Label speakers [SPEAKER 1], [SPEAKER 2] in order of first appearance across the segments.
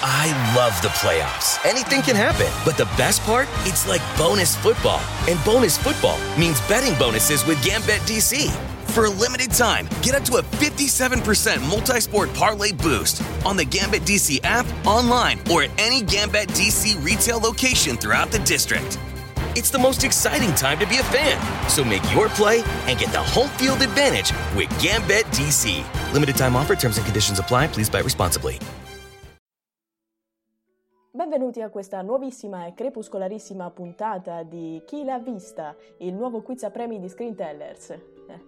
[SPEAKER 1] I love the playoffs. Anything can happen. But the best part? It's like bonus football. And bonus football means betting bonuses with Gambit DC. For a limited time, get up to a 57% multi-sport parlay boost on the Gambit DC app, online, or at any Gambit DC retail location throughout the district. It's the most exciting time to be a fan. So make your play and get the home field advantage with Gambit DC. Limited time offer, terms and conditions apply. Please buy responsibly.
[SPEAKER 2] Benvenuti a questa nuovissima e crepuscolarissima puntata di Chi l'ha vista, il nuovo quiz a premi di Screen Tellers.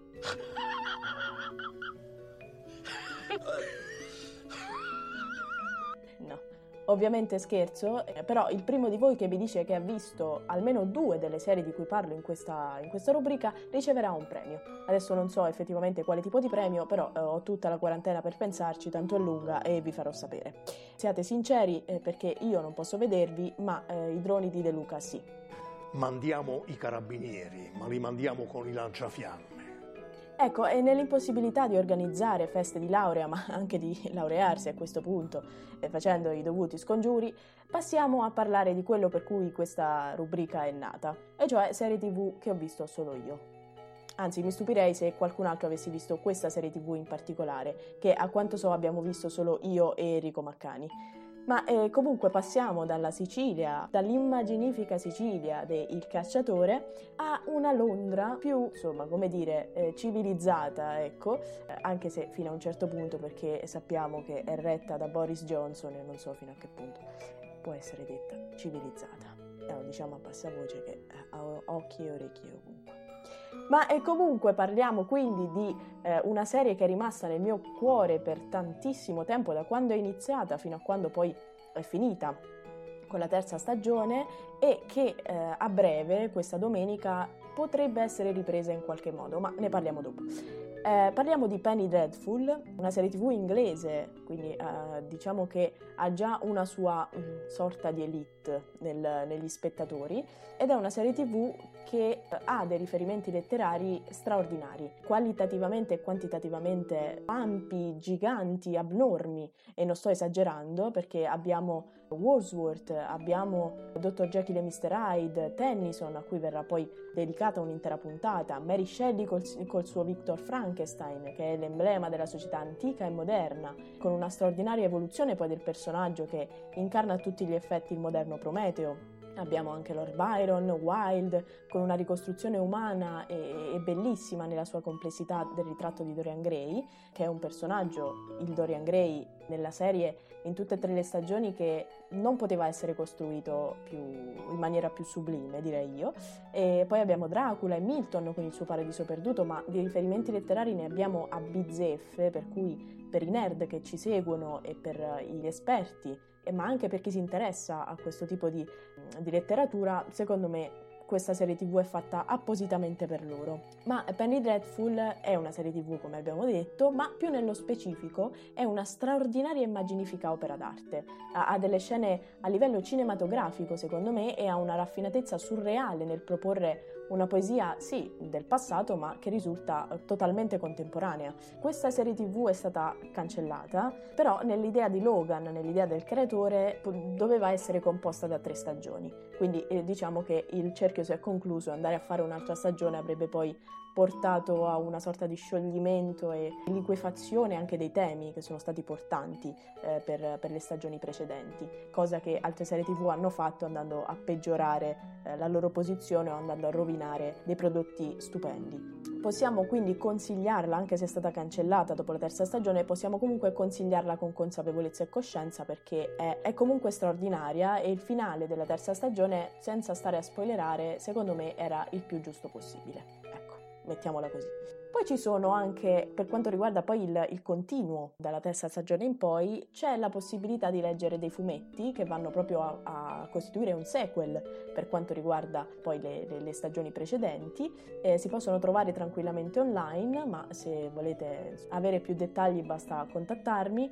[SPEAKER 2] No, ovviamente scherzo, però il primo di voi che mi dice che ha visto almeno 2 delle serie di cui parlo in questa rubrica riceverà un premio. Adesso non so effettivamente quale tipo di premio, però ho tutta la quarantena per pensarci, tanto è lunga e vi farò sapere. Siate sinceri perché io non posso vedervi, ma i droni di De Luca sì.
[SPEAKER 3] Mandiamo i carabinieri, ma li mandiamo con i lanciafiamme.
[SPEAKER 2] Ecco, e nell'impossibilità di organizzare feste di laurea, ma anche di laurearsi a questo punto, facendo i dovuti scongiuri, passiamo a parlare di quello per cui questa rubrica è nata, e cioè serie TV che ho visto solo io. Anzi, mi stupirei se qualcun altro avesse visto questa serie TV in particolare, che a quanto so abbiamo visto solo io e Enrico Maccani. Ma comunque passiamo dalla Sicilia, dall'immaginifica Sicilia del Cacciatore, a una Londra più, insomma, come dire, civilizzata, ecco, anche se fino a un certo punto, perché sappiamo che è retta da Boris Johnson e non so fino a che punto può essere detta civilizzata. Lo diciamo a bassa voce che ha occhi e orecchie ovunque. Ma comunque parliamo quindi di una serie che è rimasta nel mio cuore per tantissimo tempo, da quando è iniziata fino a quando poi è finita con la 3ª stagione, e che a breve, questa domenica, potrebbe essere ripresa in qualche modo, ma ne parliamo dopo. Parliamo di Penny Dreadful, una serie TV inglese, quindi diciamo che ha già una sua sorta di elite negli spettatori, ed è una serie TV che ha dei riferimenti letterari straordinari, qualitativamente e quantitativamente ampi, giganti, abnormi, e non sto esagerando perché abbiamo Wordsworth, abbiamo Dr. Jekyll e Mr. Hyde, Tennyson, a cui verrà poi dedicata un'intera puntata, Mary Shelley col suo Victor Frankenstein, che è l'emblema della società antica e moderna, con una straordinaria evoluzione poi del personaggio che incarna a tutti gli effetti il moderno Prometeo. Abbiamo anche Lord Byron, Wilde, con una ricostruzione umana e bellissima nella sua complessità del ritratto di Dorian Gray, che è un personaggio, il Dorian Gray, nella serie in tutte e 3 le stagioni, che non poteva essere costruito in maniera più sublime, direi io. E poi abbiamo Dracula e Milton con il suo Paradiso Perduto, ma di riferimenti letterari ne abbiamo a bizzeffe, per cui per i nerd che ci seguono e per gli esperti, ma anche per chi si interessa a questo tipo di letteratura, secondo me questa serie TV è fatta appositamente per loro. Ma Penny Dreadful è una serie TV, come abbiamo detto, ma più nello specifico è una straordinaria e immaginifica opera d'arte. Ha delle scene a livello cinematografico, secondo me, e ha una raffinatezza surreale nel proporre una poesia, sì, del passato, ma che risulta totalmente contemporanea. Questa serie TV è stata cancellata, però nell'idea di Logan, nell'idea del creatore, doveva essere composta da 3 stagioni. Quindi diciamo che il cerchio si è concluso, andare a fare un'altra stagione avrebbe poi portato a una sorta di scioglimento e liquefazione anche dei temi che sono stati portanti per le stagioni precedenti, cosa che altre serie TV hanno fatto andando a peggiorare la loro posizione o andando a rovinare dei prodotti stupendi. Possiamo quindi consigliarla, anche se è stata cancellata dopo la 3ª stagione, possiamo comunque consigliarla con consapevolezza e coscienza, perché è comunque straordinaria, e il finale della 3ª stagione, senza stare a spoilerare, secondo me era il più giusto possibile. Mettiamola così. Poi ci sono anche, per quanto riguarda poi il continuo dalla 3ª stagione in poi, c'è la possibilità di leggere dei fumetti che vanno proprio a costituire un sequel per quanto riguarda poi le stagioni precedenti. Si possono trovare tranquillamente online, ma se volete avere più dettagli basta contattarmi.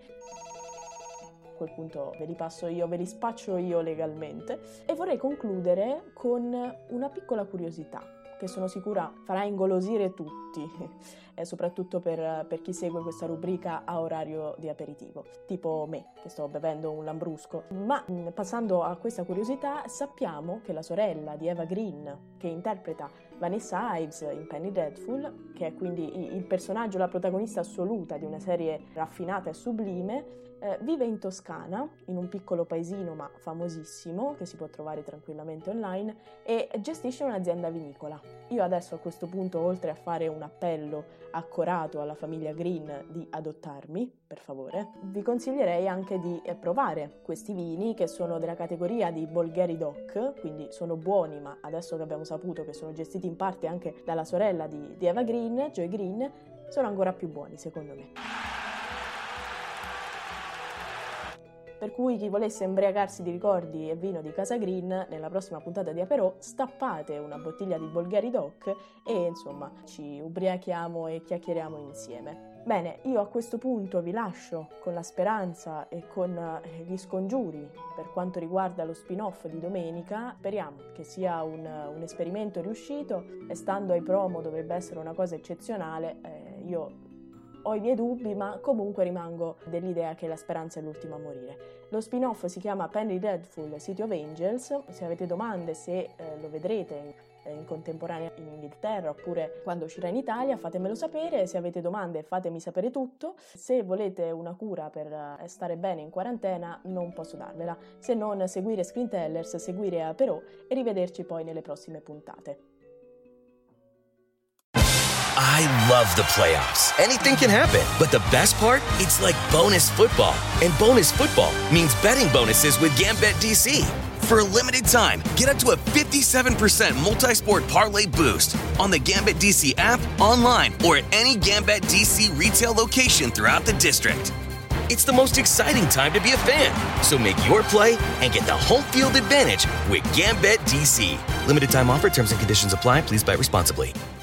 [SPEAKER 2] A quel punto ve li passo io, ve li spaccio io legalmente. E vorrei concludere con una piccola curiosità che sono sicura farà ingolosire tutti. e soprattutto per chi segue questa rubrica a orario di aperitivo, tipo me, che sto bevendo un lambrusco. Ma passando a questa curiosità, sappiamo che la sorella di Eva Green, che interpreta Vanessa Ives in Penny Dreadful, che è quindi il personaggio, la protagonista assoluta di una serie raffinata e sublime, vive in Toscana, in un piccolo paesino ma famosissimo, che si può trovare tranquillamente online, e gestisce un'azienda vinicola. Io adesso a questo punto, oltre a fare un appello accorato alla famiglia Green di adottarmi, per favore, vi consiglierei anche di provare questi vini, che sono della categoria di Bolgheri DOC, quindi sono buoni, ma adesso che abbiamo saputo che sono gestiti in parte anche dalla sorella di Eva Green, Joy Green, sono ancora più buoni secondo me. Per cui chi volesse imbriacarsi di ricordi e vino di Casa Green, nella prossima puntata di Aperò stappate una bottiglia di Bolgheri DOC e insomma ci ubriachiamo e chiacchieriamo insieme. Bene, io a questo punto vi lascio con la speranza e con gli scongiuri per quanto riguarda lo spin-off di domenica. Speriamo che sia un esperimento riuscito, e stando ai promo dovrebbe essere una cosa eccezionale. Io ho i miei dubbi, ma comunque rimango dell'idea che la speranza è l'ultima a morire. Lo spin-off si chiama Penny Dreadful City of Angels. Se avete domande, se lo vedrete in contemporanea in Inghilterra oppure quando uscirà in Italia, fatemelo sapere. Se avete domande, fatemi sapere tutto. Se volete una cura per stare bene in quarantena, non posso darvela, se non seguire Screentellers, seguire Aperò e rivederci poi nelle prossime puntate.
[SPEAKER 1] I love the playoffs. Anything can happen. But the best part? It's like bonus football. And bonus football means betting bonuses with Gambit DC. For a limited time, get up to a 57% multi-sport parlay boost on the Gambit DC app, online, or at any Gambit DC retail location throughout the district. It's the most exciting time to be a fan. So make your play and get the home field advantage with Gambit DC. Limited time offer, terms and conditions apply. Please bet responsibly.